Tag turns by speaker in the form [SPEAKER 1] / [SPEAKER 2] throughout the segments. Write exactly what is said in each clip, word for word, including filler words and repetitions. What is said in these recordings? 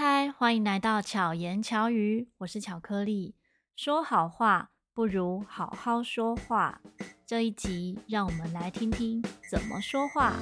[SPEAKER 1] 嗨，欢迎来到巧言巧语，我是巧克力。说好话不如好好说话。这一集让我们来听听怎么说话。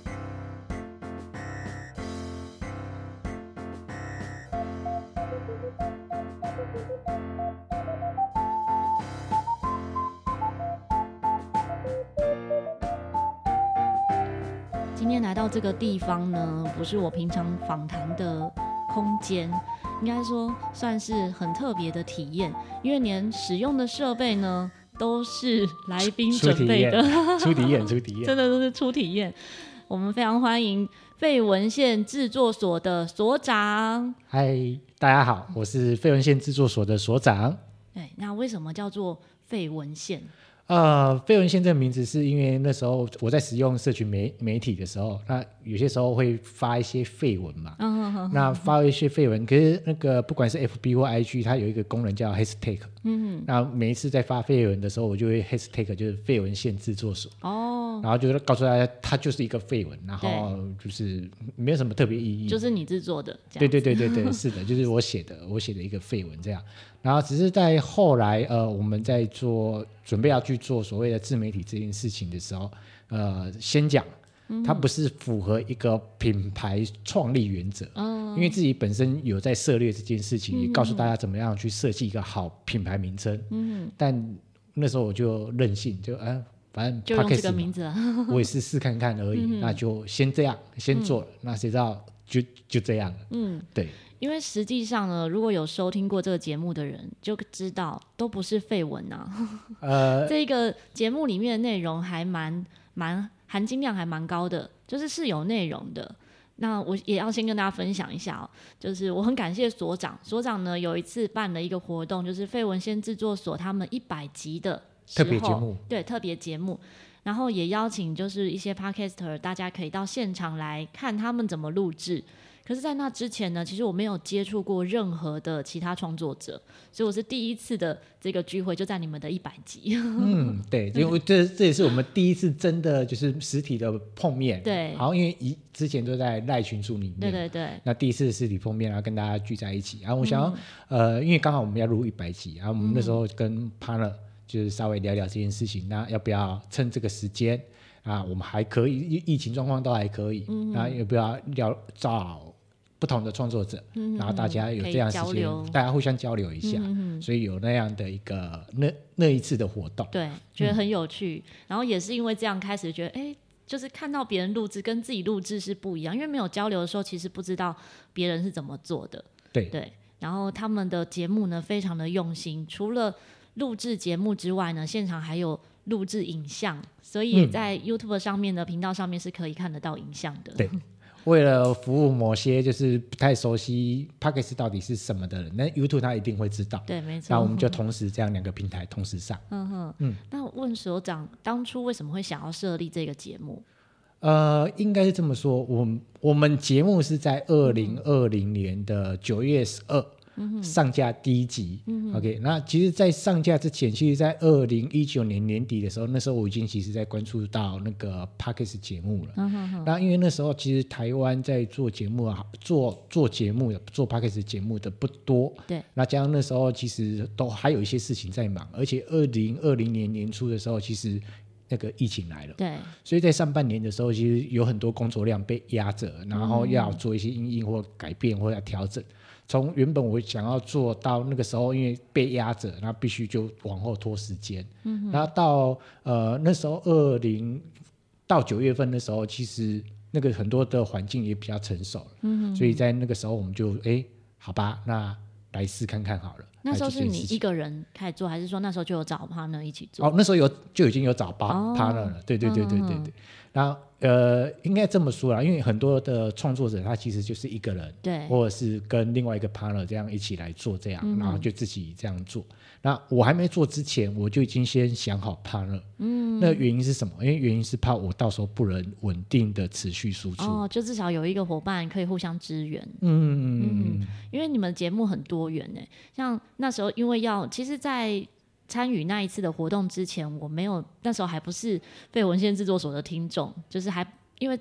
[SPEAKER 1] 今天来到这个地方呢，不是我平常访谈的空间，应该说算是很特别的体验，因为连使用的设备呢都是来宾准备的，
[SPEAKER 2] 初体验，初体验，
[SPEAKER 1] 真的都是初体验。我们非常欢迎废文献制作所的所长。
[SPEAKER 2] 嗨，大家好，我是废文献制作所的所长。
[SPEAKER 1] 对，那为什么叫做废文献？
[SPEAKER 2] 呃，废文献这个名字是因为那时候我在使用社群 媒, 媒体的时候，那有些时候会发一些废文嘛，嗯、哼那发一些废文，可是那个不管是 F B 或 I G， 它有一个功能叫 hashtag，嗯，那每一次在发废文的时候，我就会 hashtag 就是废文献制作所，哦，然后就告诉大家它就是一个废文，然后就是没有什么特别意义，
[SPEAKER 1] 就是你制作的，
[SPEAKER 2] 对对对对对，是的，就是我写的，我写的一个废文这样。然后只是在后来，呃，我们在做准备要去做所谓的自媒体这件事情的时候，呃，先讲，它不是符合一个品牌创立原则，嗯、因为自己本身有在涉猎这件事情，嗯、也告诉大家怎么样去设计一个好品牌名称。嗯，但那时候我就任性，就啊、呃，反正
[SPEAKER 1] 就用这个名字了，
[SPEAKER 2] 我也是试看看而已，嗯、那就先这样，先做了，嗯、那谁知道就就这样了。嗯，对。
[SPEAKER 1] 因为实际上呢，如果有收听过这个节目的人就知道，都不是废文啊。呃，这个节目里面的内容还蛮蛮含金量还蛮高的，就是是有内容的。那我也要先跟大家分享一下哦，就是我很感谢所长，所长呢有一次办了一个活动，就是废文献制作所他们一百集的时候
[SPEAKER 2] 特别节目，
[SPEAKER 1] 对特别节目。然后也邀请就是一些 podcaster， 大家可以到现场来看他们怎么录制。可是在那之前呢，其实我没有接触过任何的其他创作者，所以我是第一次的这个聚会就在你们的一百集。
[SPEAKER 2] 嗯，对，因为这这也是我们第一次真的就是实体的碰面。
[SPEAKER 1] 对，
[SPEAKER 2] 好，因为一之前都在赖群组里面，
[SPEAKER 1] 对对对。
[SPEAKER 2] 那第一次实体碰面，然后跟大家聚在一起，然后我想要、嗯、呃，因为刚好我们要录一百集，然后我们那时候跟 partner 就是稍微聊聊这件事情，那要不要趁这个时间啊，我们还可以，疫情状况都还可以，嗯、然后要不要聊找不同的创作者，嗯、然后大家有这样的时间，大家互相交流一下，嗯、所以有那样的一个那那一次的活动，
[SPEAKER 1] 对，觉得很有趣。嗯、然后也是因为这样开始觉得，哎，就是看到别人录制跟自己录制是不一样，因为没有交流的时候，其实不知道别人是怎么做的。
[SPEAKER 2] 对
[SPEAKER 1] 对，然后他们的节目呢，非常的用心，除了录制节目之外呢，现场还有录制影像，所以也在 YouTube 上面的频道上面是可以看得到影像的。
[SPEAKER 2] 对。为了服务某些就是不太熟悉 Podcast 到底是什么的人，那 YouTube 他一定会知道。
[SPEAKER 1] 对，没错。
[SPEAKER 2] 那我们就同时这样两个平台同时上。
[SPEAKER 1] 嗯哼，嗯。那问所长，当初为什么会想要设立这个节目？
[SPEAKER 2] 呃，应该是这么说，我们我们节目是在二零二零年的九月十二。嗯、上架第一集、嗯、OK， 那其实在上架之前，其实在二零一九年年底的时候，那时候我已经其实在关注到那个 Podcast 节目了、嗯、那因为那时候其实台湾在做节目啊，做做节目的做 Podcast 节目的不多，
[SPEAKER 1] 对，
[SPEAKER 2] 那加上那时候其实都还有一些事情在忙，而且二零二零年年初的时候其实那个疫情来了，
[SPEAKER 1] 对，
[SPEAKER 2] 所以在上半年的时候其实有很多工作量被压着，然后要做一些因应或改变或要调整，从原本我想要做到那个时候，因为被压着，然后必须就往后拖时间。嗯，然后到呃那时候二零到九月份的时候，其实那个很多的环境也比较成熟了。嗯，所以在那个时候我们就哎好吧，那来试看看好了。
[SPEAKER 1] 那时候是你一个人开始做，还是说那时候就有找 partner 一起做？
[SPEAKER 2] 哦，那时候有就已经有找 partner 了。哦、对对对对对对。嗯、然后呃，应该这么说啦，因为很多的创作者他其实就是一个人，
[SPEAKER 1] 对，
[SPEAKER 2] 或者是跟另外一个 partner 这样一起来做这样，嗯、然后就自己这样做。那我还没做之前，我就已经先想好 partner。嗯，那原因是什么？因为原因是怕我到时候不能稳定的持续输出。
[SPEAKER 1] 哦，就至少有一个伙伴可以互相支援。
[SPEAKER 2] 嗯嗯嗯
[SPEAKER 1] 嗯，因为你们节目很多元诶，像那时候因为要，其实，在参与那一次的活动之前，我没有，那时候还不是废文献制作所的听众，就是还因为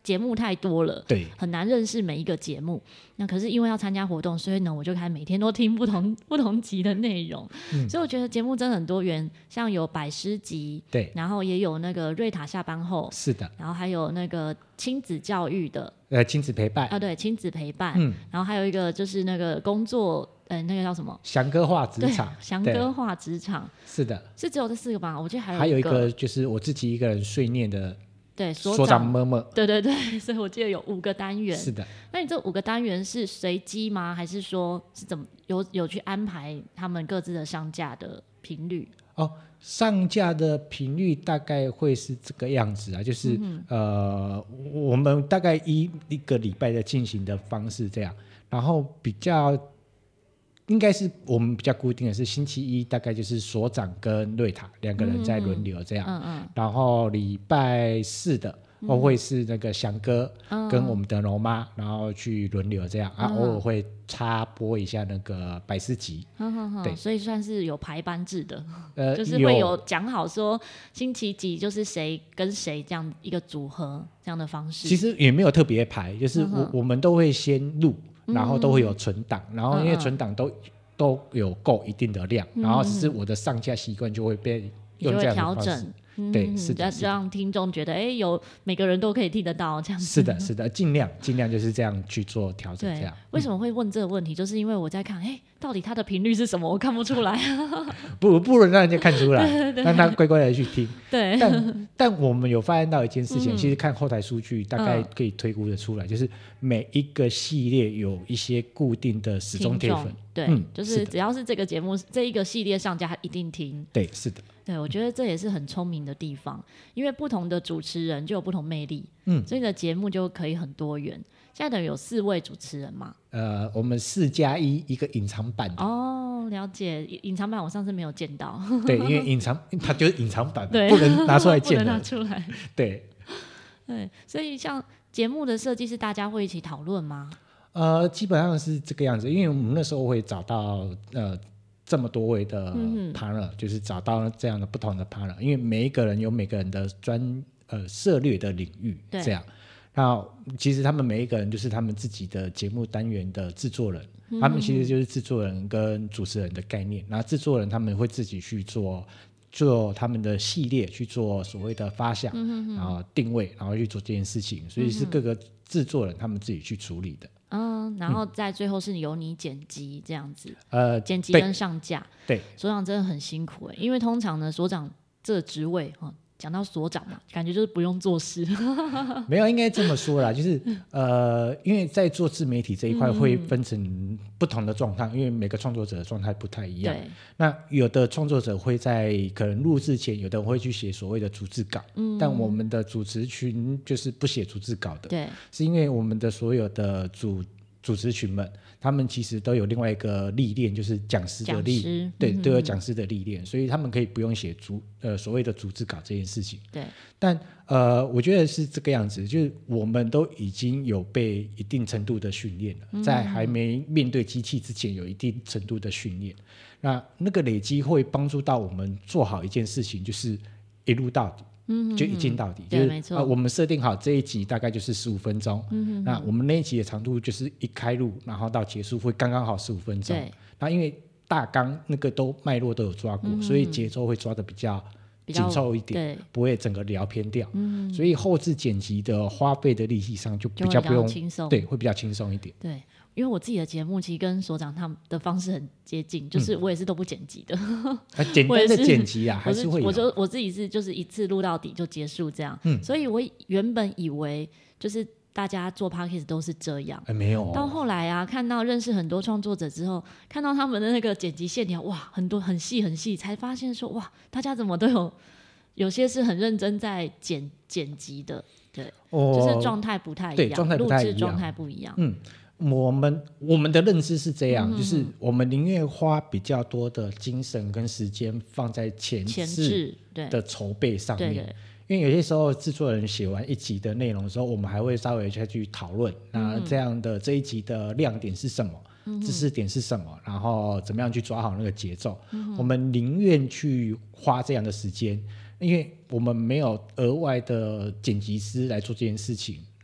[SPEAKER 1] 节目太多了，
[SPEAKER 2] 对，
[SPEAKER 1] 很难认识每一个节目。那可是因为要参加活动，所以呢，我就开始每天都听不同不同集的内容、嗯。所以我觉得节目真的很多元，像有百诗集，
[SPEAKER 2] 对，
[SPEAKER 1] 然后也有那个瑞塔下班后，
[SPEAKER 2] 是的，
[SPEAKER 1] 然后还有那个亲子教育的，
[SPEAKER 2] 呃，亲子陪伴
[SPEAKER 1] 啊，对，亲子陪伴，
[SPEAKER 2] 嗯，
[SPEAKER 1] 然后还有一个就是那个工作，呃，那个叫什么？
[SPEAKER 2] 翔哥化职场，
[SPEAKER 1] 翔哥化职场，
[SPEAKER 2] 是的，
[SPEAKER 1] 是只有这四个吧？我记得还有
[SPEAKER 2] 还有一个就是我自己一个人碎念的。
[SPEAKER 1] 对，
[SPEAKER 2] 所长么么，
[SPEAKER 1] 对对对，所以我记得有五个单元。
[SPEAKER 2] 是的，
[SPEAKER 1] 那你这五个单元是随机吗？还是说是怎么有有去安排他们各自的上架的频率？
[SPEAKER 2] 哦，上架的频率大概会是这个样子啊，就是、嗯、呃，我们大概一一个礼拜的进行的方式这样，然后比较。应该是我们比较固定的是星期一大概就是所长跟瑞塔两个人在轮流这样，嗯嗯、然后礼拜四的、嗯、会是那个翔哥跟我们的龙妈、嗯、然后去轮流这样、嗯、啊，偶尔会插播一下那个百事集、
[SPEAKER 1] 嗯、对，所以算是有排班制的、呃、就是会有讲好说星期几就是谁跟谁这样一个组合这样的方式。
[SPEAKER 2] 其实也没有特别排，就是 我,、嗯、我们都会先录，然后都会有存档、嗯、然后因为存档都、嗯、都有够一定的量、嗯、然后只是我的上架习惯就会被用这样的方式调整、嗯、对，是的，
[SPEAKER 1] 让听众觉得哎，有每个人都可以听得到这样子。
[SPEAKER 2] 是的是的，尽量尽量就是这样去做调整这样。
[SPEAKER 1] 为什么会问这个问题、嗯、就是因为我在看哎，到底它的频率是什么，我看不出来
[SPEAKER 2] 不不能让人家看出来对对对，让他乖乖的去听
[SPEAKER 1] 对，
[SPEAKER 2] 但但我们有发现到一件事情、嗯、其实看后台数据大概可以推估的出来、嗯、就是每一个系列有一些固定的死忠铁粉，
[SPEAKER 1] 对、嗯，就是只要是这个节目这一个系列上架他一定听。
[SPEAKER 2] 对，是的，
[SPEAKER 1] 对，我觉得这也是很聪明的地方，因为不同的主持人就有不同魅力，嗯，所以你的节目就可以很多元。现在等于有四位主持人嘛？
[SPEAKER 2] 呃，我们四加一一个隐藏版的。
[SPEAKER 1] 哦，了解，隐藏版我上次没有见到。
[SPEAKER 2] 对，因为隐藏它就是隐藏版，不能拿出来见的，
[SPEAKER 1] 不能拿出来。
[SPEAKER 2] 对，
[SPEAKER 1] 对，所以像节目的设计是大家会一起讨论吗？
[SPEAKER 2] 呃，基本上是这个样子，因为我们那时候会找到呃这么多位的 partner、嗯、就是找到这样的不同的 partner， 因为每一个人有每个人的专呃涉猎的领域，这样。那其实他们每一个人就是他们自己的节目单元的制作人、嗯、他们其实就是制作人跟主持人的概念，然后制作人他们会自己去做做他们的系列，去做所谓的发想、嗯、然后定位，然后去做这件事情，所以是各个制作人他们自己去处理的。
[SPEAKER 1] 嗯，然后在最后是由你剪辑这样子，呃，剪辑跟上架。
[SPEAKER 2] 对，
[SPEAKER 1] 所长真的很辛苦哎，因为通常呢，所长这个职位哈。讲到所长嘛，感觉就是不用做事
[SPEAKER 2] 没有，应该这么说啦，就是呃，因为在做自媒体这一块会分成不同的状态、嗯、因为每个创作者的状态不太一样。那有的创作者会在可能录制前，有的人会去写所谓的逐字稿、嗯、但我们的主持群就是不写逐字稿的，
[SPEAKER 1] 对，
[SPEAKER 2] 是因为我们的所有的主主持群们他们其实都有另外一个历练，就是讲师的历练，对、嗯、都有讲师的历练，所以他们可以不用写逐呃所谓的逐字稿这件事情。
[SPEAKER 1] 对，
[SPEAKER 2] 但呃我觉得是这个样子，就是我们都已经有被一定程度的训练了、嗯、在还没面对机器之前有一定程度的训练，那那个累积会帮助到我们做好一件事情，就是一路到底，嗯，就一镜到底，
[SPEAKER 1] 对，
[SPEAKER 2] 就是
[SPEAKER 1] 没错、
[SPEAKER 2] 呃。我们设定好这一集大概就是十五分钟，嗯，那我们那一集的长度就是一开录，然后到结束会刚刚好十五分钟。对，那因为大纲那个都脉络都有抓过、嗯，所以节奏会抓得比较紧凑一点，不会整个聊偏掉。嗯，所以后置剪辑的花费的力气上就比较不用轻松，对，会比较轻松一点。
[SPEAKER 1] 对。因为我自己的节目其实跟所长他们的方式很接近，就是我也是都不剪辑的、嗯
[SPEAKER 2] 啊、简单的剪辑啊还是会有，
[SPEAKER 1] 我就我自己是就是一次录到底就结束这样、嗯、所以我原本以为就是大家做 podcast 都是这样、
[SPEAKER 2] 欸、没有、哦、
[SPEAKER 1] 到后来啊看到认识很多创作者之后，看到他们的那个剪辑线条，哇，很多很细很细，才发现说哇，大家怎么都有有些是很认真在剪剪辑的，对、哦、就是状态不太一样，录制状态不一样。
[SPEAKER 2] 嗯，我们我们的认知是这样、嗯、就是我们宁愿花比较多的精神跟时间放在前置的筹备上面，对对，因为有些时候制作人写完一集的内容的时候，我们还会稍微再去讨论、嗯、那这样的这一集的亮点是什么、嗯、知识点是什么，然后怎么样去抓好那个节奏、嗯、我们宁愿去花这样的时间，因为我们没有额外的剪辑师来做这件事情，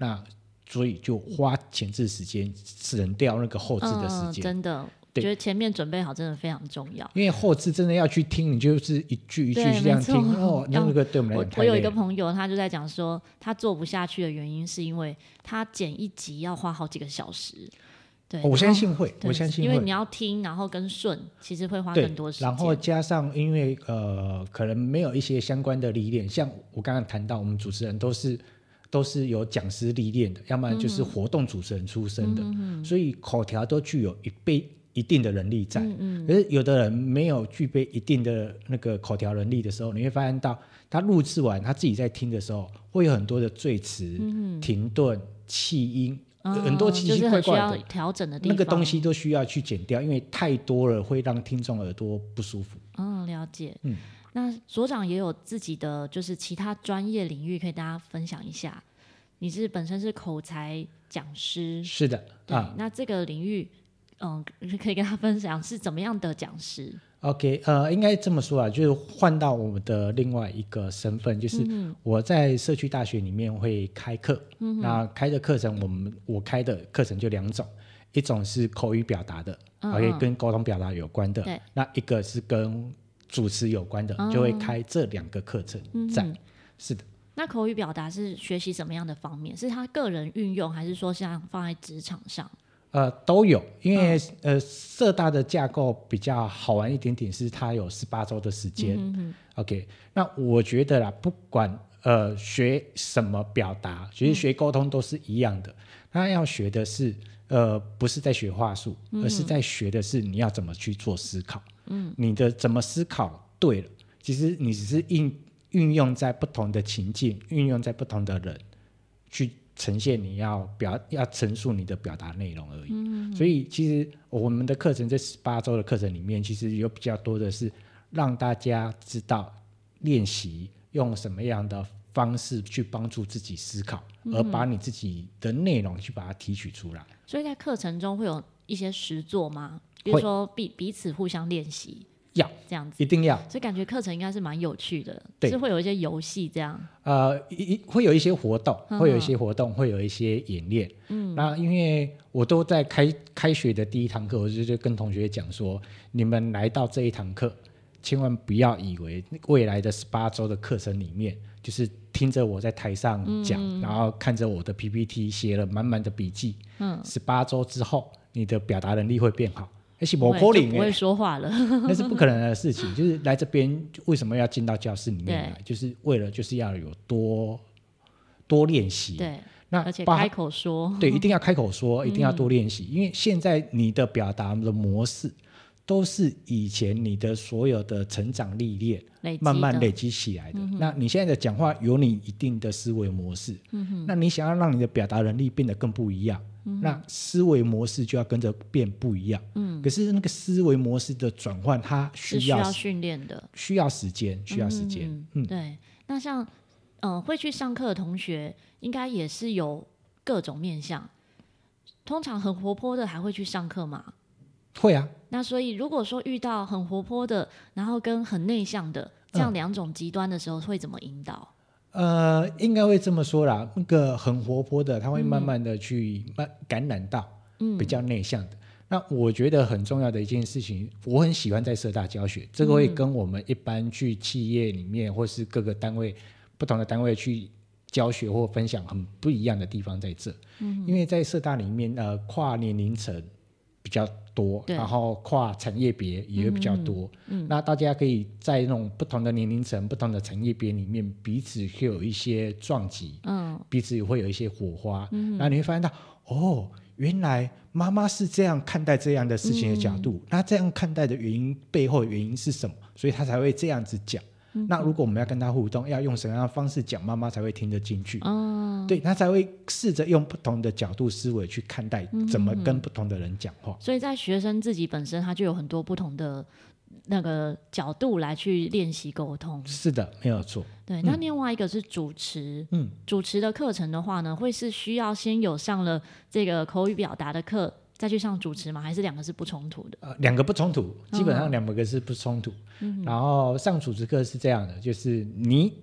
[SPEAKER 2] 那所以就花前置时间省掉那个后置的时间、
[SPEAKER 1] 嗯、真的觉得前面准备好真的非常重要，
[SPEAKER 2] 因为后置真的要去听，你就是一句一句这样听哦，那个对我们来讲太累了。
[SPEAKER 1] 我有一个朋友他就在讲说他做不下去的原因是因为他剪一集要花好几个小时。对、
[SPEAKER 2] 哦、我相信会我相信会，
[SPEAKER 1] 因为你要听然后跟顺其实会花更多时间，
[SPEAKER 2] 然后加上因为呃可能没有一些相关的历练，像我刚刚谈到我们主持人都是都是有讲师历练的，要不然就是活动主持人出身的、嗯、所以口条都具有一倍一定的能力在、嗯嗯、可是有的人没有具备一定的那个口条能力的时候，你会发现到他录制完他自己在听的时候会有很多的赘词、嗯、停顿、气音、哦、很多奇奇怪怪的、就是、
[SPEAKER 1] 需要调整的地方，
[SPEAKER 2] 那个东西都需要去剪掉，因为太多了会让听众耳朵不舒服。
[SPEAKER 1] 嗯，了解。嗯，那所长也有自己的就是其他专业领域可以大家分享一下，你是本身是口才讲师。
[SPEAKER 2] 是的啊，
[SPEAKER 1] 那这个领域嗯，可以跟他分享是怎么样的讲师。
[SPEAKER 2] OK， 呃，应该这么说啊，就是换到我们的另外一个身份，就是我在社区大学里面会开课、嗯、那开的课程我们我开的课程就两种，一种是口语表达的、嗯、OK， 跟沟通表达有关的，那一个是跟主持有关的、嗯、就会开这两个课程在、嗯、是的。
[SPEAKER 1] 那口语表达是学习什么样的方面？是他个人运用还是说像放在职场上？
[SPEAKER 2] 呃，都有，因为、嗯、呃，社大的架构比较好玩一点点，是它有十八周的时间、嗯嗯、OK， 那我觉得啦，不管呃学什么表达，其实学沟通都是一样的，他、嗯、要学的是呃，不是在学话术、嗯、而是在学的是你要怎么去做思考，嗯，你的怎么思考对了，其实你只是运运用在不同的情境，运用在不同的人去呈现你要表要陈述你的表达内容而已、嗯、所以其实我们的课程这十八周的课程里面，其实有比较多的是让大家知道练习用什么样的方式去帮助自己思考、嗯、而把你自己的内容去把它提取出来。
[SPEAKER 1] 所以在课程中会有一些实作吗？比如说 彼, 彼此互相练习？
[SPEAKER 2] 要
[SPEAKER 1] 这样子，
[SPEAKER 2] 一定要。
[SPEAKER 1] 所以感觉课程应该是蛮有趣的，是会有一些游戏这样。
[SPEAKER 2] 呃，会有一些活动，会有一些活动，会有一些演练。嗯，那因为我都在开开学的第一堂课，我就跟同学讲说，你们来到这一堂课，千万不要以为未来的十八周的课程里面，就是听着我在台上讲、嗯，然后看着我的 P P T 写了满满的笔记。嗯，十八周之后，你的表达能力会变好。那是不可能，
[SPEAKER 1] 就不会说话了
[SPEAKER 2] 那是不可能的事情。就是来这边为什么要进到教室里面来，就是为了就是要有多多练习。
[SPEAKER 1] 对，那而且开口说，
[SPEAKER 2] 对，一定要开口说，一定要多练习、嗯、因为现在你的表达的模式都是以前你的所有的成长历练慢慢累积起来的、嗯、那你现在的讲话有你一定的思维模式、嗯、那你想要让你的表达能力变得更不一样，嗯、那思维模式就要跟着变不一样、嗯、可是那个思维模式的转换它需要
[SPEAKER 1] 是需要训练的，
[SPEAKER 2] 需要时间需要时间、
[SPEAKER 1] 嗯嗯、对。那像、呃、会去上课的同学应该也是有各种面向，通常很活泼的还会去上课吗？
[SPEAKER 2] 会啊。
[SPEAKER 1] 那所以如果说遇到很活泼的然后跟很内向的这样两种极端的时候、嗯、会怎么引导？
[SPEAKER 2] 呃，应该会这么说啦，那个很活泼的他会慢慢的去感染到比较内向的、嗯、那我觉得很重要的一件事情，我很喜欢在社大教学，这个会跟我们一般去企业里面或是各个单位不同的单位去教学或分享很不一样的地方在这、嗯、因为在社大里面呃，跨年龄层比较多，然后跨产业别也会比较多、嗯嗯、那大家可以在那种不同的年龄层不同的产业别里面彼此会有一些撞击、嗯、彼此会有一些火花、嗯、那你会发现到哦，原来妈妈是这样看待这样的事情的角度、嗯、那这样看待的原因背后的原因是什么，所以她才会这样子讲、嗯、那如果我们要跟她互动，要用什么样的方式讲，妈妈才会听得进去、哦、对，她才会试着用不同的角度思维去看待怎么跟不同的人讲话、
[SPEAKER 1] 嗯、所以在学生自己本身他就有很多不同的那个角度来去练习沟通。
[SPEAKER 2] 是的，没有错。
[SPEAKER 1] 对，那另外一个是主持、嗯、主持的课程的话呢，会是需要先有上了这个口语表达的课再去上主持吗？还是两个是不冲突的？
[SPEAKER 2] 呃，两个不冲突，基本上两个是不冲突、嗯、然后上主持课是这样的，就是你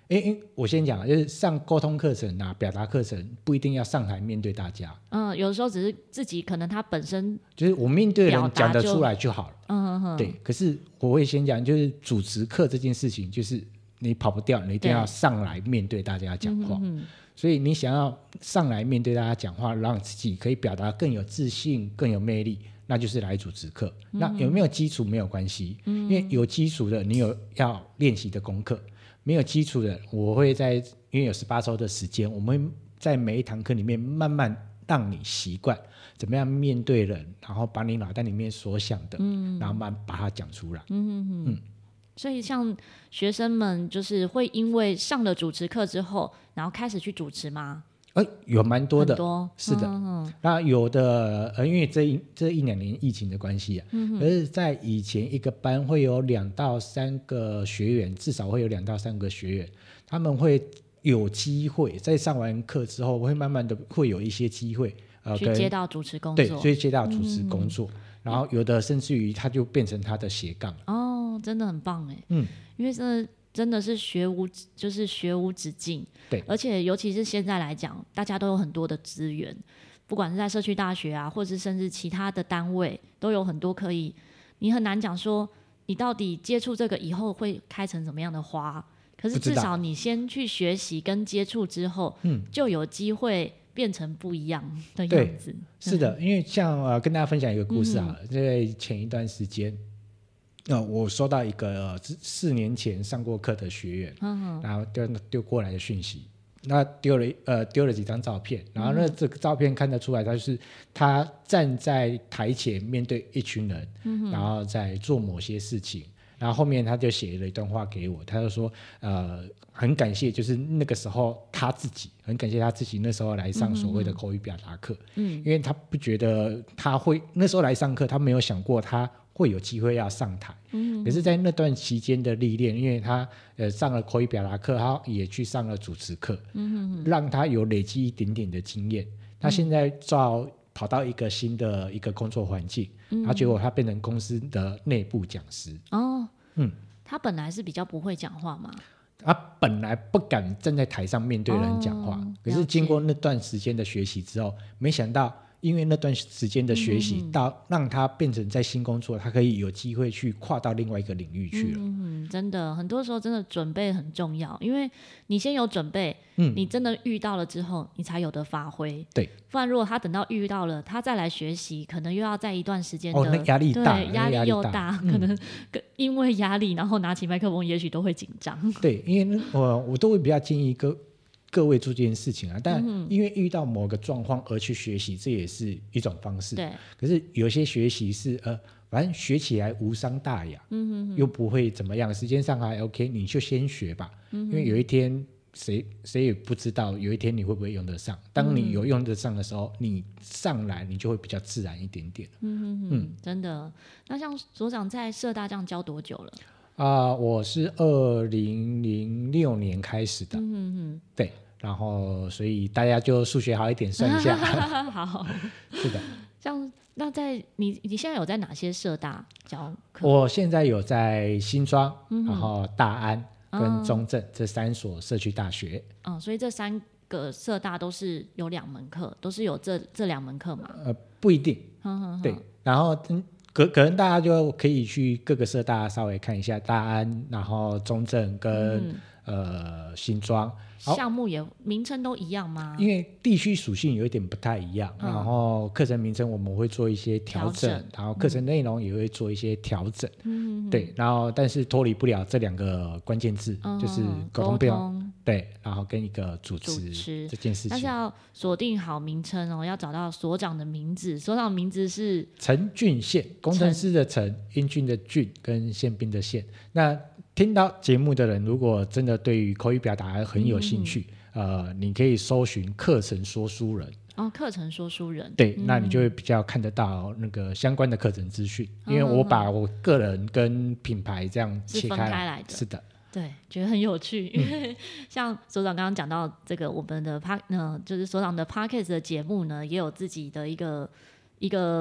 [SPEAKER 2] 诶诶，我先讲，就是上沟通课程啊、表达课程，不一定要上台面对大家。
[SPEAKER 1] 嗯，有的时候只是自己可能他本身
[SPEAKER 2] 就是我面对的人讲得出来就好了。
[SPEAKER 1] 嗯哼哼，
[SPEAKER 2] 对。可是我会先讲，就是主持课这件事情，就是你跑不掉，你一定要上来面对大家讲话。嗯、所以你想要上来面对大家讲话，让自己可以表达更有自信、更有魅力，那就是来主持课。嗯、那有没有基础没有关系，嗯、因为有基础的你有要练习的功课。没有基础的，我会在因为有十八周的时间，我们会在每一堂课里面慢慢让你习惯怎么样面对人，然后把你脑袋里面所想的，嗯、然后慢慢把它讲出来。
[SPEAKER 1] 嗯嗯嗯。所以像学生们就是会因为上了主持课之后，然后开始去主持吗？
[SPEAKER 2] 呃，有蛮多的，
[SPEAKER 1] 很多
[SPEAKER 2] 是的。嗯嗯，那有的呃，因为这一这一两年疫情的关系啊，嗯、可是在以前一个班会有两到三个学员，至少会有两到三个学员，他们会有机会在上完课之后，会慢慢的会有一些机会
[SPEAKER 1] 呃，去接到主持工作，
[SPEAKER 2] 对，所以接到主持工作，嗯、然后有的甚至于他就变成他的斜杠。
[SPEAKER 1] 哦，真的很棒哎，嗯，因为真的。真的是学无就是学无止境，
[SPEAKER 2] 对，
[SPEAKER 1] 而且尤其是现在来讲，大家都有很多的资源，不管是在社区大学啊，或是甚至其他的单位，都有很多可以，你很难讲说你到底接触这个以后会开成什么样的花，可是至少你先去学习跟接触之后，嗯，就有机会变成不一样的样子。
[SPEAKER 2] 是的，因为像呃跟大家分享一个故事啊，在、嗯、前一段时间。呃、我收到一个、呃、四年前上过课的学员，嗯、然后丢丢过来的讯息，那丢了呃丢了几张照片，然后那这个照片看得出来，他就是他站在台前面对一群人，嗯、然后在做某些事情，然后后面他就写了一段话给我，他就说呃很感谢，就是那个时候他自己很感谢他自己那时候来上所谓的口语表达课，嗯、因为他不觉得他会那时候来上课，他没有想过他会有机会要上台，嗯、可是在那段期间的历练，因为他呃上了口语表达课，他也去上了主持课，嗯、让他有累积一点点的经验。他现在照跑到一个新的一个工作环境，嗯、然后结果他变成公司的内部讲师。
[SPEAKER 1] 哦，嗯，他本来是比较不会讲话嘛，
[SPEAKER 2] 他本来不敢站在台上面对人讲话，哦、可是经过那段时间的学习之后，没想到因为那段时间的学习，嗯、到让他变成在新工作，他可以有机会去跨到另外一个领域去了。
[SPEAKER 1] 嗯，真的，很多时候真的准备很重要，因为你先有准备，嗯、你真的遇到了之后，你才有得发挥。
[SPEAKER 2] 对，
[SPEAKER 1] 不然如果他等到遇到了，他再来学习，可能又要在一段时间的，
[SPEAKER 2] 哦，那压力大，
[SPEAKER 1] 对，压力又大，嗯、可能因为压力，然后拿起麦克风，也许都会紧张。
[SPEAKER 2] 对，因为我我都会比较建议各各位做这件事情啊，但因为遇到某个状况而去学习，这也是一种方式。
[SPEAKER 1] 对，
[SPEAKER 2] 可是有些学习是呃，反正学起来无伤大雅，嗯、又不会怎么样，时间上还 OK， 你就先学吧。嗯、因为有一天谁谁也不知道，有一天你会不会用得上。当你有用得上的时候，你上来你就会比较自然一点点。
[SPEAKER 1] 嗯嗯，真的。那像所长在社大这样教多久了？
[SPEAKER 2] 啊、呃，我是二零零六年开始的，嗯嗯，对，然后所以大家就数学好一点，算一下。
[SPEAKER 1] 好，
[SPEAKER 2] 是的。
[SPEAKER 1] 像那在你你现在有在哪些社大教课？
[SPEAKER 2] 我现在有在新庄，嗯、然后大安跟中正、嗯、这三所社区大学。
[SPEAKER 1] 嗯，所以这三个社大都是有两门课，都是有这这两门课嘛？
[SPEAKER 2] 呃，不一定。嗯嗯，对，然后嗯。可, 可能大家就可以去各个社大稍微看一下，大安，然后中正跟、嗯、呃新庄
[SPEAKER 1] 项目也名称都一样吗？
[SPEAKER 2] 因为地区属性有一点不太一样，嗯、然后课程名称我们会做一些调整，调整然后课程内容也会做一些调整，嗯、对，然后但是脱离不了这两个关键字，嗯、就是沟通标准，对，然后跟一个主持, 主持这件事情，
[SPEAKER 1] 但是要锁定好名称哦，要找到所长的名字，所长的名字是
[SPEAKER 2] 陈俊宪，工程师的陈，英俊的俊跟宪兵的宪。那听到节目的人，如果真的对于口语表达很有兴趣，嗯、呃，你可以搜寻课程说书人。
[SPEAKER 1] 哦，课程说书人，
[SPEAKER 2] 对、嗯，那你就会比较看得到那个相关的课程资讯、嗯，因为我把我个人跟品牌这样切开来，
[SPEAKER 1] 是分开来的，
[SPEAKER 2] 是的。
[SPEAKER 1] 对，觉得很有趣，因为像所长刚刚讲到这个，我们的 Park 呢，就是所长的 Podcast 的节目呢，也有自己的一个一个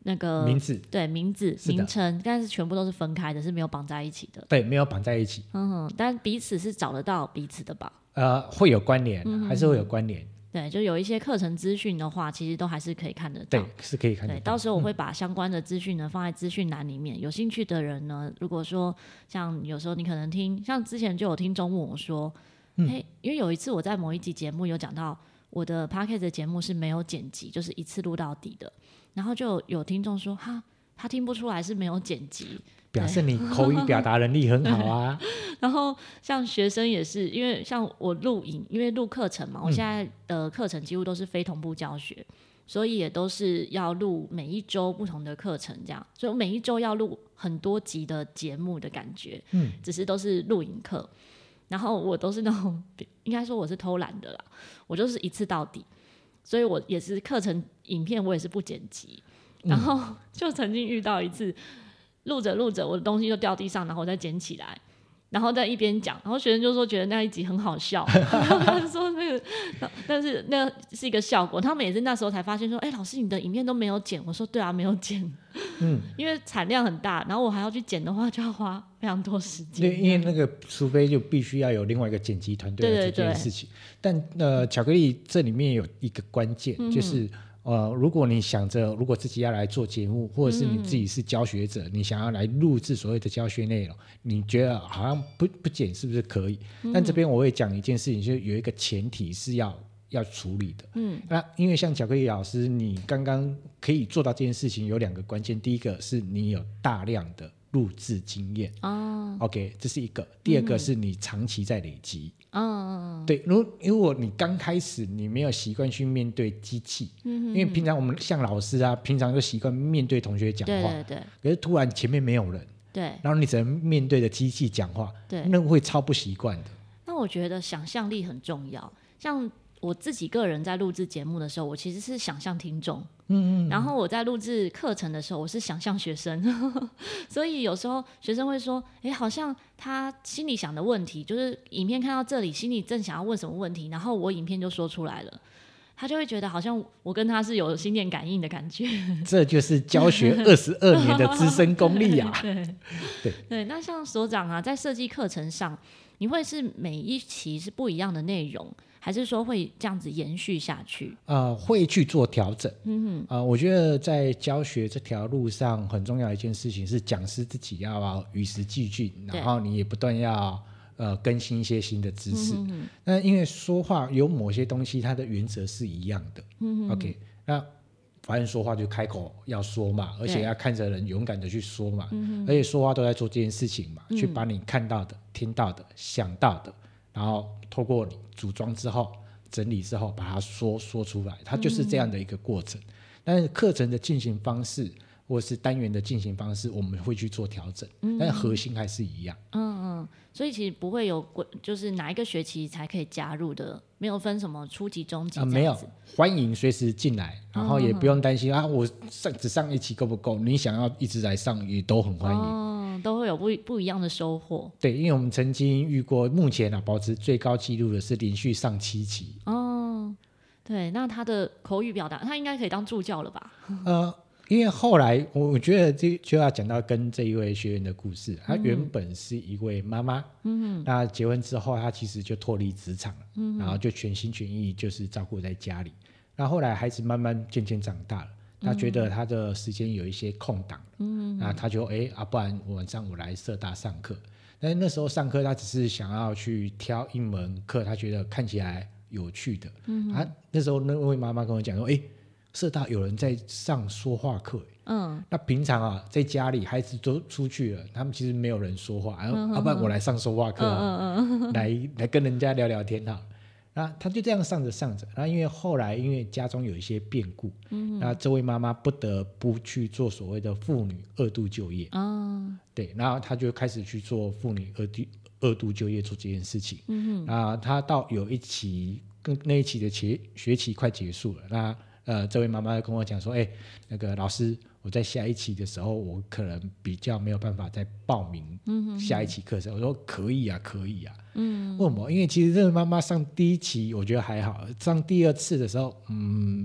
[SPEAKER 1] 那个
[SPEAKER 2] 名字，
[SPEAKER 1] 对名字名称，但是全部都是分开的，是没有绑在一起的。
[SPEAKER 2] 对，没有绑在一起。
[SPEAKER 1] 嗯，但彼此是找得到彼此的吧？
[SPEAKER 2] 呃，会有关联、嗯，还是会有关联。
[SPEAKER 1] 对，就有一些课程资讯的话，其实都还是可以看得到。
[SPEAKER 2] 对，是可以看得到。
[SPEAKER 1] 对，到时候我会把相关的资讯呢、嗯、放在资讯栏里面。有兴趣的人呢，如果说像有时候你可能听，像之前就有听众问我说，嗯、嘿，因为有一次我在某一集节目有讲到，我的 Podcast 的节目是没有剪辑，就是一次录到底的。然后就有听众说，哈，他听不出来是没有剪辑。
[SPEAKER 2] 表示你口语表达能力很好啊。
[SPEAKER 1] 然后像学生也是，因为像我录影，因为录课程嘛，我现在的课程几乎都是非同步教学，所以也都是要录每一周不同的课程，这样，所以我每一周要录很多集的节目的感觉，嗯，只是都是录影课。然后我都是那种，应该说我是偷懒的啦，我就是一次到底，所以我也是课程影片我也是不剪辑，然后就曾经遇到一次。录着录着我的东西就掉地上，然后我再捡起来，然后再一边讲，然后学生就说觉得那一集很好笑，然后他就说那个，但是那是一个效果，他们也是那时候才发现说，哎、欸，老师你的影片都没有剪，我说对啊，没有剪，嗯，因为产量很大，然后我还要去剪的话就要花非常多时间，
[SPEAKER 2] 对，因为那个除非就必须要有另外一个剪辑团队来做这件事情，对对对，但呃，巧克力这里面有一个关键、嗯、就是。呃，如果你想着如果自己要来做节目，或者是你自己是教学者、嗯、你想要来录制所谓的教学内容，你觉得好像不不剪是不是可以、嗯、但这边我会讲一件事情，就是有一个前提是要要处理的。嗯，那因为像巧克力老师你刚刚可以做到这件事情有两个关键，第一个是你有大量的录制经验、哦、OK， 这是一个，第二个是你长期在累积。嗯，对，如如果你刚开始你没有习惯去面对机器、嗯、因为平常我们像老师啊，平常就习惯面对同学讲话，
[SPEAKER 1] 对对对，
[SPEAKER 2] 可是突然前面没有人，对，然后你只能面对着机器讲话，对，那会超不习惯的。
[SPEAKER 1] 那我觉得想象力很重要，像我自己个人在录制节目的时候，我其实是想象听众，嗯嗯，然后我在录制课程的时候，我是想象学生，所以有时候学生会说，哎，好像他心里想的问题，就是影片看到这里，心里正想要问什么问题，然后我影片就说出来了，他就会觉得好像我跟他是有心电感应的感觉。
[SPEAKER 2] 这就是教学二十二年的资深功力啊！
[SPEAKER 1] 对 对, 对，那像所长啊，在设计课程上，你会是每一期是不一样的内容？还是说会这样子延续下去？
[SPEAKER 2] 呃，会去做调整。嗯哼，呃，我觉得在教学这条路上，很重要的一件事情是讲师自己要与时俱进，然后你也不断要呃更新一些新的知识。嗯哼，那因为说话有某些东西，它的原则是一样的。嗯哼 ，OK， 那反正说话就开口要说嘛，而且要看着人勇敢的去说嘛，而且说话都在做这件事情嘛，嗯、去把你看到的、听到的、想到的。然后透过你组装之后整理之后把它说说出来，它就是这样的一个过程、嗯、但是课程的进行方式或是单元的进行方式我们会去做调整、嗯、但是核心还是一样。
[SPEAKER 1] 嗯嗯，所以其实不会有就是哪一个学期才可以加入的，没有分什么初级中级、啊、
[SPEAKER 2] 没有，欢迎随时进来，然后也不用担心、嗯、啊我上只上一期够不够，你想要一直来上也都很欢迎、哦，
[SPEAKER 1] 都会有 不, 不一样的收获。
[SPEAKER 2] 对，因为我们曾经遇过目前、啊、保持最高纪录的是连续上七期。
[SPEAKER 1] 哦，对，那他的口语表达他应该可以当助教了吧？
[SPEAKER 2] 呃因为后来我觉得这就要讲到跟这一位学员的故事，他原本是一位妈妈、嗯、那结婚之后他其实就脱离职场了、嗯、然后就全心全意就是照顾在家里，那后来孩子慢慢渐渐长大了，他觉得他的时间有一些空档，嗯，那他就哎啊，不然晚上我来社大上课。但是那时候上课他只是想要去挑一门课，他觉得看起来有趣的。嗯，啊，那时候那位妈妈跟我讲说，哎，社大有人在上说话课，嗯，那平常啊在家里孩子都出去了，他们其实没有人说话，嗯、啊，不然我来上说话课、啊，嗯嗯、来来跟人家聊聊天哈。那他就这样上着上着，然后因为后来因为家中有一些变故，嗯，那这位妈妈不得不去做所谓的妇女二度就业，哦，对，然后他就开始去做妇女二度二度就业做这件事情，嗯，那他到有一期跟那一期的学学期快结束了，那呃这位妈妈跟我讲说，哎，那个老师，我在下一期的时候，我可能比较没有办法再报名下一期课程。嗯、我说可以啊，可以啊。嗯，为什么？因为其实这个妈妈上第一期我觉得还好，上第二次的时候，嗯，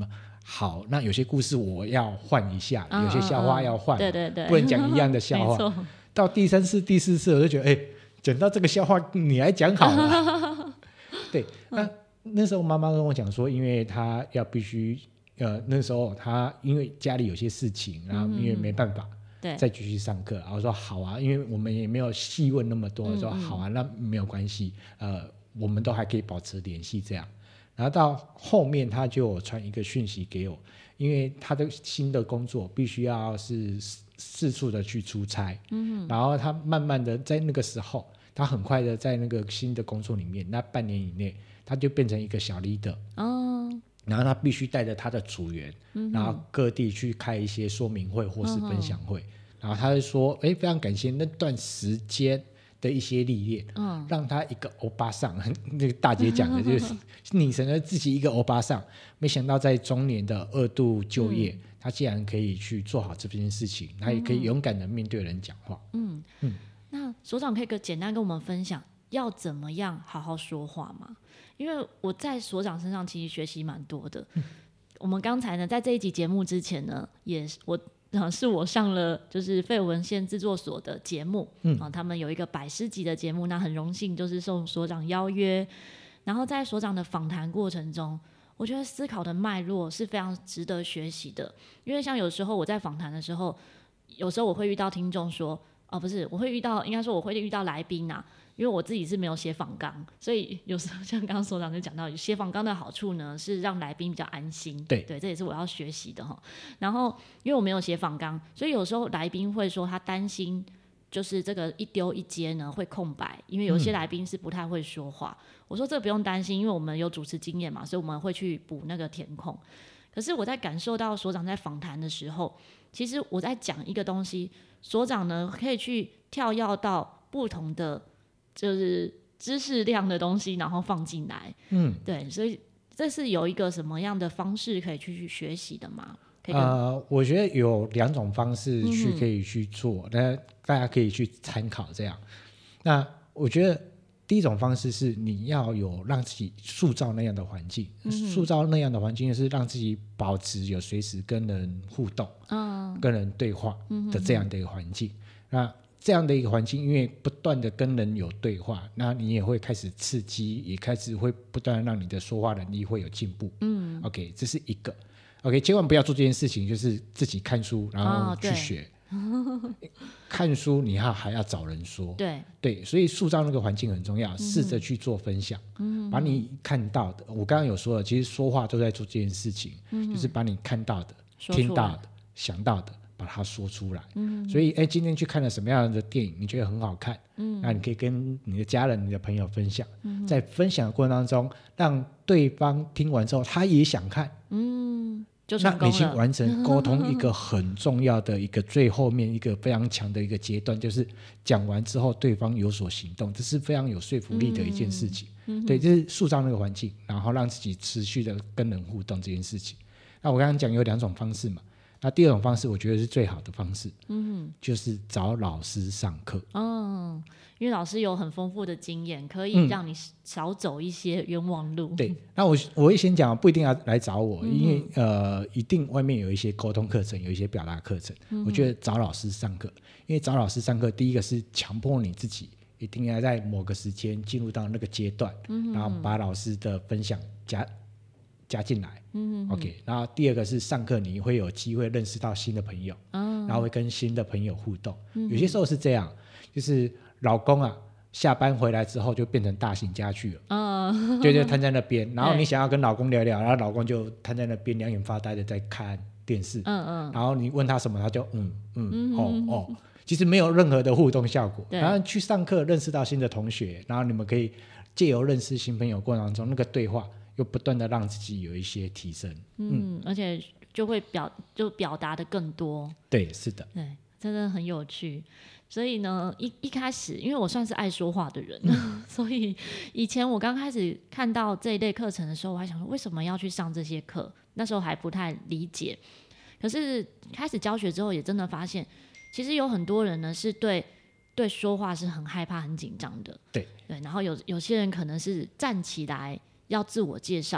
[SPEAKER 2] 好，那有些故事我要换一下，嗯、有些笑话要换、嗯嗯，
[SPEAKER 1] 对对对，
[SPEAKER 2] 不能讲一样的笑话。到第三次、第四次，我就觉得，哎，讲到这个笑话，你来讲好了。对，那那时候妈妈跟我讲说，因为她要必须，呃，那时候她因为家里有些事情，然后因为没办法。嗯对，再继续上课，然后说好啊，因为我们也没有细问那么多，嗯、说好啊，那没有关系，呃，我们都还可以保持联系这样。然后到后面他就传一个讯息给我，因为他的新的工作必须要是四处的去出差，嗯，然后他慢慢的在那个时候，他很快的在那个新的工作里面，那半年以内，他就变成一个小 leader 哦。然后他必须带着他的组员、嗯、然后各地去开一些说明会或是分享会、嗯、然后他就说哎，非常感谢那段时间的一些历练、嗯、让他一个欧巴桑那个大姐讲的就是你成了自己一个欧巴桑，没想到在中年的二度就业、嗯、他竟然可以去做好这件事情，他也可以勇敢的面对人讲话。嗯
[SPEAKER 1] 嗯，那所长可以简单跟我们分享要怎么样好好说话吗？因为我在所长身上其实学习蛮多的、嗯、我们刚才呢在这一集节目之前呢也我、呃、是我上了就是废文献制作所的节目、嗯啊、他们有一个百诗集的节目，那很荣幸就是受所长邀约，然后在所长的访谈过程中，我觉得思考的脉络是非常值得学习的。因为像有时候我在访谈的时候，有时候我会遇到听众说哦不是，我会遇到应该说我会遇到来宾啊，因为我自己是没有写访纲，所以有时候像刚刚所长就讲到写访纲的好处呢是让来宾比较安心， 对, 对这也是我要学习的。然后因为我没有写访纲，所以有时候来宾会说他担心就是这个一丢一接呢会空白，因为有些来宾是不太会说话、嗯、我说这个不用担心，因为我们有主持经验嘛，所以我们会去补那个填空。可是我在感受到所长在访谈的时候，其实我在讲一个东西，所长呢可以去跳跃到不同的就是知识量的东西，然后放进来。嗯，对，所以这是有一个什么样的方式可以去学习的吗？
[SPEAKER 2] 呃，我觉得有两种方式去可以去做，那、嗯、大家可以去参考这样。那我觉得第一种方式是你要有让自己塑造那样的环境、嗯、塑造那样的环境是让自己保持有随时跟人互动、哦、跟人对话的这样的一个环境、嗯、那这样的一个环境因为不断的跟人有对话，那你也会开始刺激，也开始会不断让你的说话能力会有进步。嗯 OK 这是一个 OK 千万不要做这件事情，就是自己看书然后去学、哦、看书你要还要找人说，对对，所以塑造那个环境很重要，试着去做分享、嗯、把你看到的，我刚刚有说了，其实说话都在做这件事情、嗯、就是把你看到的听到的想到的把它说出来、嗯、所以今天去看了什么样的电影你觉得很好看、嗯、那你可以跟你的家人你的朋友分享、嗯、在分享的过程当中让对方听完之后他也想看，嗯，就成功了，那已经完成沟通一个很重要的一个最后面一个非常强的一个阶段，就是讲完之后对方有所行动，这是非常有说服力的一件事情、嗯、对，就是塑造那个环境，然后让自己持续的跟人互动这件事情。那我刚刚讲有两种方式嘛，那第二种方式我觉得是最好的方式、嗯、就是找老师上课。哦，因为老师有很丰富的经验，可以让你少走一些冤枉路、嗯、对，那我我会先讲不一定要来找我、嗯、因为呃，一定外面有一些沟通课程，有一些表达课程、嗯、我觉得找老师上课，因为找老师上课第一个是强迫你自己一定要在某个时间进入到那个阶段、嗯、然后把老师的分享加加进来、嗯、OK， 然后第二个是上课你会有机会认识到新的朋友、哦、然后会跟新的朋友互动、嗯、有些时候是这样，就是老公啊下班回来之后就变成大型家具了、哦、就就瘫在那边，然后你想要跟老公聊聊，然后老公就瘫在那边两眼发呆的在看电视，嗯嗯，然后你问他什么他就嗯嗯, 嗯哦哦，其实没有任何的互动效果。然后去上课认识到新的同学，然后你们可以借由认识新朋友过程当中那个对话又不断的让自己有一些提升， 嗯, 嗯而且就会表就表达的更多。对，是的，对，真的很有趣。所以呢 一, 一开始因为我算是爱说话的人、嗯、所以以前我刚开始看到这一类课程的时候，我还想说为什么要去上这些课，那时候还不太理解。可是开始教学之后也真的发现其实有很多人呢是对对说话是很害怕很紧张的， 对, 对然后 有, 有些人可能是站起来要自我介绍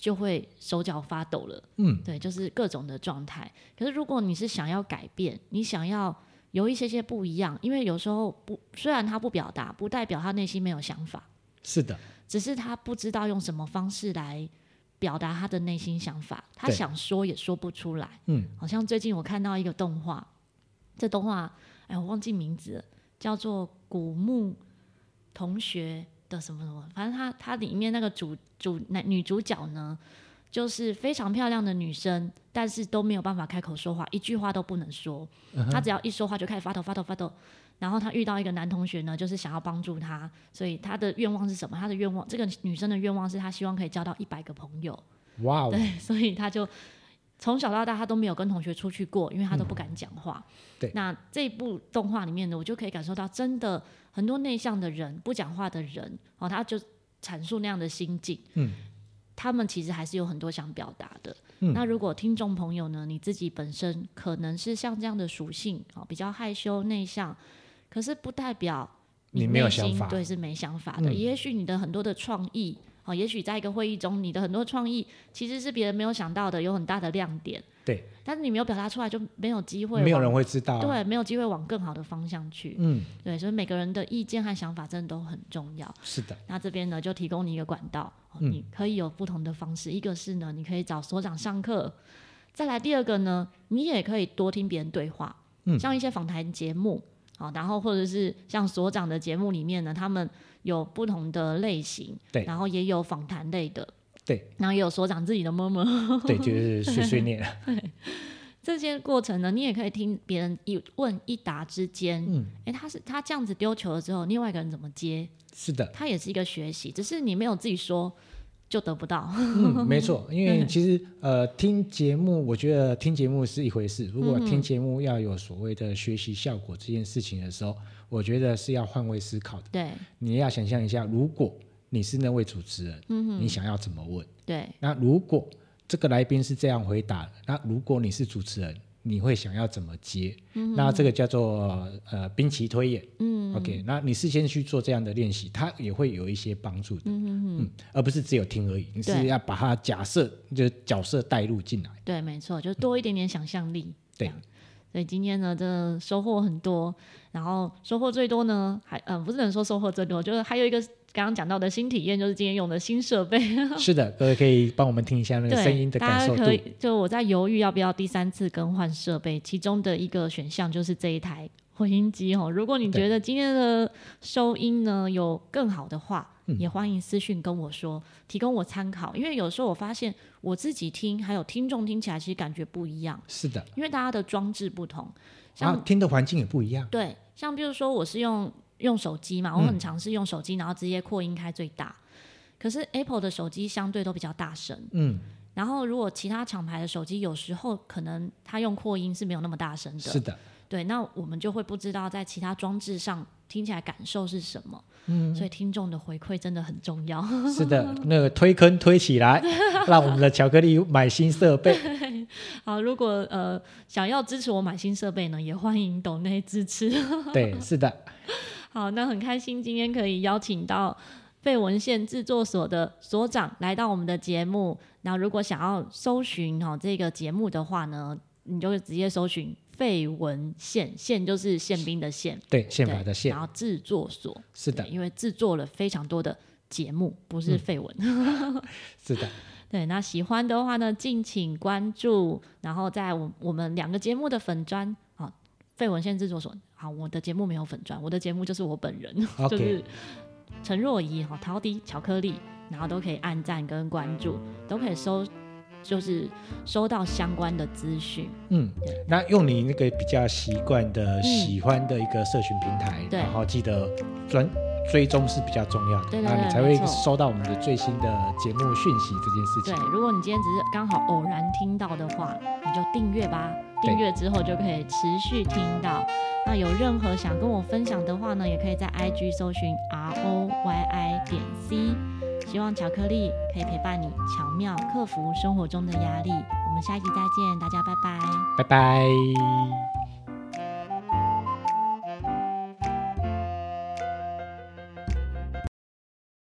[SPEAKER 1] 就会手脚发抖了。
[SPEAKER 2] 嗯，
[SPEAKER 1] 对，就是各种的状态。可是如果你是想要改变，你想要有一些些不一样，因为有时候不，虽然他不表达，不代表他内心没有想法。
[SPEAKER 2] 是的，
[SPEAKER 1] 只是他不知道用什么方式来表达他的内心想法，他想说也说不出来。
[SPEAKER 2] 嗯，
[SPEAKER 1] 好像最近我看到一个动画，这动画哎我忘记名字了，叫做古木同学的什么什么，反正他他里面那个主主女主角呢，就是非常漂亮的女生，但是都没有办法开口说话，一句话都不能说。她只要一说话就开始发抖发抖发抖。然后她遇到一个男同学呢，就是想要帮助她，所以她的愿望是什么？她的愿望，这个女生的愿望是她希望可以交到一百个朋友。
[SPEAKER 2] 哇、wow ！
[SPEAKER 1] 对，所以她就从小到大她都没有跟同学出去过，因为她都不敢讲话。嗯、
[SPEAKER 2] 对。
[SPEAKER 1] 那这部动画里面呢，我就可以感受到，真的很多内向的人、不讲话的人，哦，他就阐述那样的心境。嗯。他们其实还是有很多想表达的。嗯、那如果听众朋友呢，你自己本身可能是像这样的属性，哦，比较害羞内向。可是不代表你内心对是没想法的，嗯、也许你的很多的创意，哦，也许在一个会议中，你的很多创意其实是别人没有想到的，有很大的亮点。
[SPEAKER 2] 对，
[SPEAKER 1] 但是你没有表达出来，就没有机会，
[SPEAKER 2] 没有人会知道、啊。
[SPEAKER 1] 对，没有机会往更好的方向去。嗯，对，所以每个人的意见和想法真的都很重要。
[SPEAKER 2] 是的。
[SPEAKER 1] 那这边呢，就提供你一个管道，哦嗯、你可以有不同的方式。一个是呢，你可以找所长上课；再来第二个呢，你也可以多听别人对话，嗯、像一些访谈节目。好，然后或者是像所长的节目里面呢，他们有不同的类型，
[SPEAKER 2] 对，
[SPEAKER 1] 然后也有访谈类的，
[SPEAKER 2] 对，
[SPEAKER 1] 然后也有所长自己的摸摸，
[SPEAKER 2] 对，就是碎碎念。
[SPEAKER 1] 对，这些过程呢，你也可以听别人一问一答之间，嗯，哎，他是他这样子丢球了之后，另外一个人怎么接？
[SPEAKER 2] 是的，
[SPEAKER 1] 他也是一个学习，只是你没有自己说。就得不到。
[SPEAKER 2] 嗯，没错，因为其实呃，听节目，我觉得听节目是一回事。如果听节目要有所谓的学习效果这件事情的时候，我觉得是要换位思考的。
[SPEAKER 1] 对，
[SPEAKER 2] 你要想象一下，如果你是那位主持人，嗯、你想要怎么问？
[SPEAKER 1] 对。
[SPEAKER 2] 那如果这个来宾是这样回答，那如果你是主持人，你会想要怎么接？嗯、那这个叫做呃兵棋推演。嗯 ，OK， 那你事先去做这样的练习，它也会有一些帮助的。嗯嗯，而不是只有听而已，你是要把它假设就是角色带入进来。
[SPEAKER 1] 对，没错，就多一点点想象力。
[SPEAKER 2] 对。
[SPEAKER 1] 所以今天呢，真的收获很多，然后收获最多呢，还呃不是能说收获最多，就是还有一个刚刚讲到的新体验，就是今天用的新设备。是的，
[SPEAKER 2] 各位可以帮我们听一下那个声音的感受度。
[SPEAKER 1] 大家可以，就我在犹豫要不要第三次更换设备，其中的一个选项就是这一台混音机哦。如果你觉得今天的收音呢有更好的话，也欢迎私讯跟我说，提供我参考。因为有时候我发现我自己听还有听众听起来其实感觉不一样。
[SPEAKER 2] 是的，
[SPEAKER 1] 因为大家的装置不同，像、
[SPEAKER 2] 啊、听的环境也不一样。
[SPEAKER 1] 对，像比如说我是用用手机嘛，我很常是用手机、嗯、然后直接扩音开最大，可是 Apple 的手机相对都比较大声。嗯，然后如果其他厂牌的手机有时候可能它用扩音是没有那么大声的。
[SPEAKER 2] 是的，
[SPEAKER 1] 对，那我们就会不知道在其他装置上听起来感受是什么。嗯，所以听众的回馈真的很重要。
[SPEAKER 2] 是的，那个推坑推起来，让我们的巧克力买新设备。
[SPEAKER 1] 好，如果呃想要支持我买新设备呢，也欢迎抖内支持。
[SPEAKER 2] 对，是的。
[SPEAKER 1] 好，那很开心今天可以邀请到废文献制作所的所长来到我们的节目。那如果想要搜寻、哦、这个节目的话呢，你就直接搜寻废文献，宪就是宪兵的宪，
[SPEAKER 2] 对，宪法的宪，
[SPEAKER 1] 然后制作所。
[SPEAKER 2] 是的，
[SPEAKER 1] 因为制作了非常多的节目，不是废文。
[SPEAKER 2] 嗯、是的。
[SPEAKER 1] 对，那喜欢的话呢，敬请关注，然后在我我们两个节目的粉专，好，废文献制作所。好，我的节目没有粉专，我的节目就是我本人，
[SPEAKER 2] okay.
[SPEAKER 1] 就是陈若仪、陶迪巧克力，然后都可以按赞跟关注，都可以收。就是收到相关的资讯。嗯，
[SPEAKER 2] 那用你那个比较习惯的、喜欢的一个社群平台，嗯、然后记得专追踪是比较重要的，
[SPEAKER 1] 对对对，
[SPEAKER 2] 那你才会收到我们的最新的节目讯息这件事情。
[SPEAKER 1] 对，如果你今天只是刚好偶然听到的话，你就订阅吧，订阅之后就可以持续听到。那有任何想跟我分享的话呢，也可以在 I G 搜寻 R O Y I 点 C。希望巧克力可以陪伴你巧妙克服生活中的压力。我们下一集再见，大家拜拜，
[SPEAKER 2] 拜拜。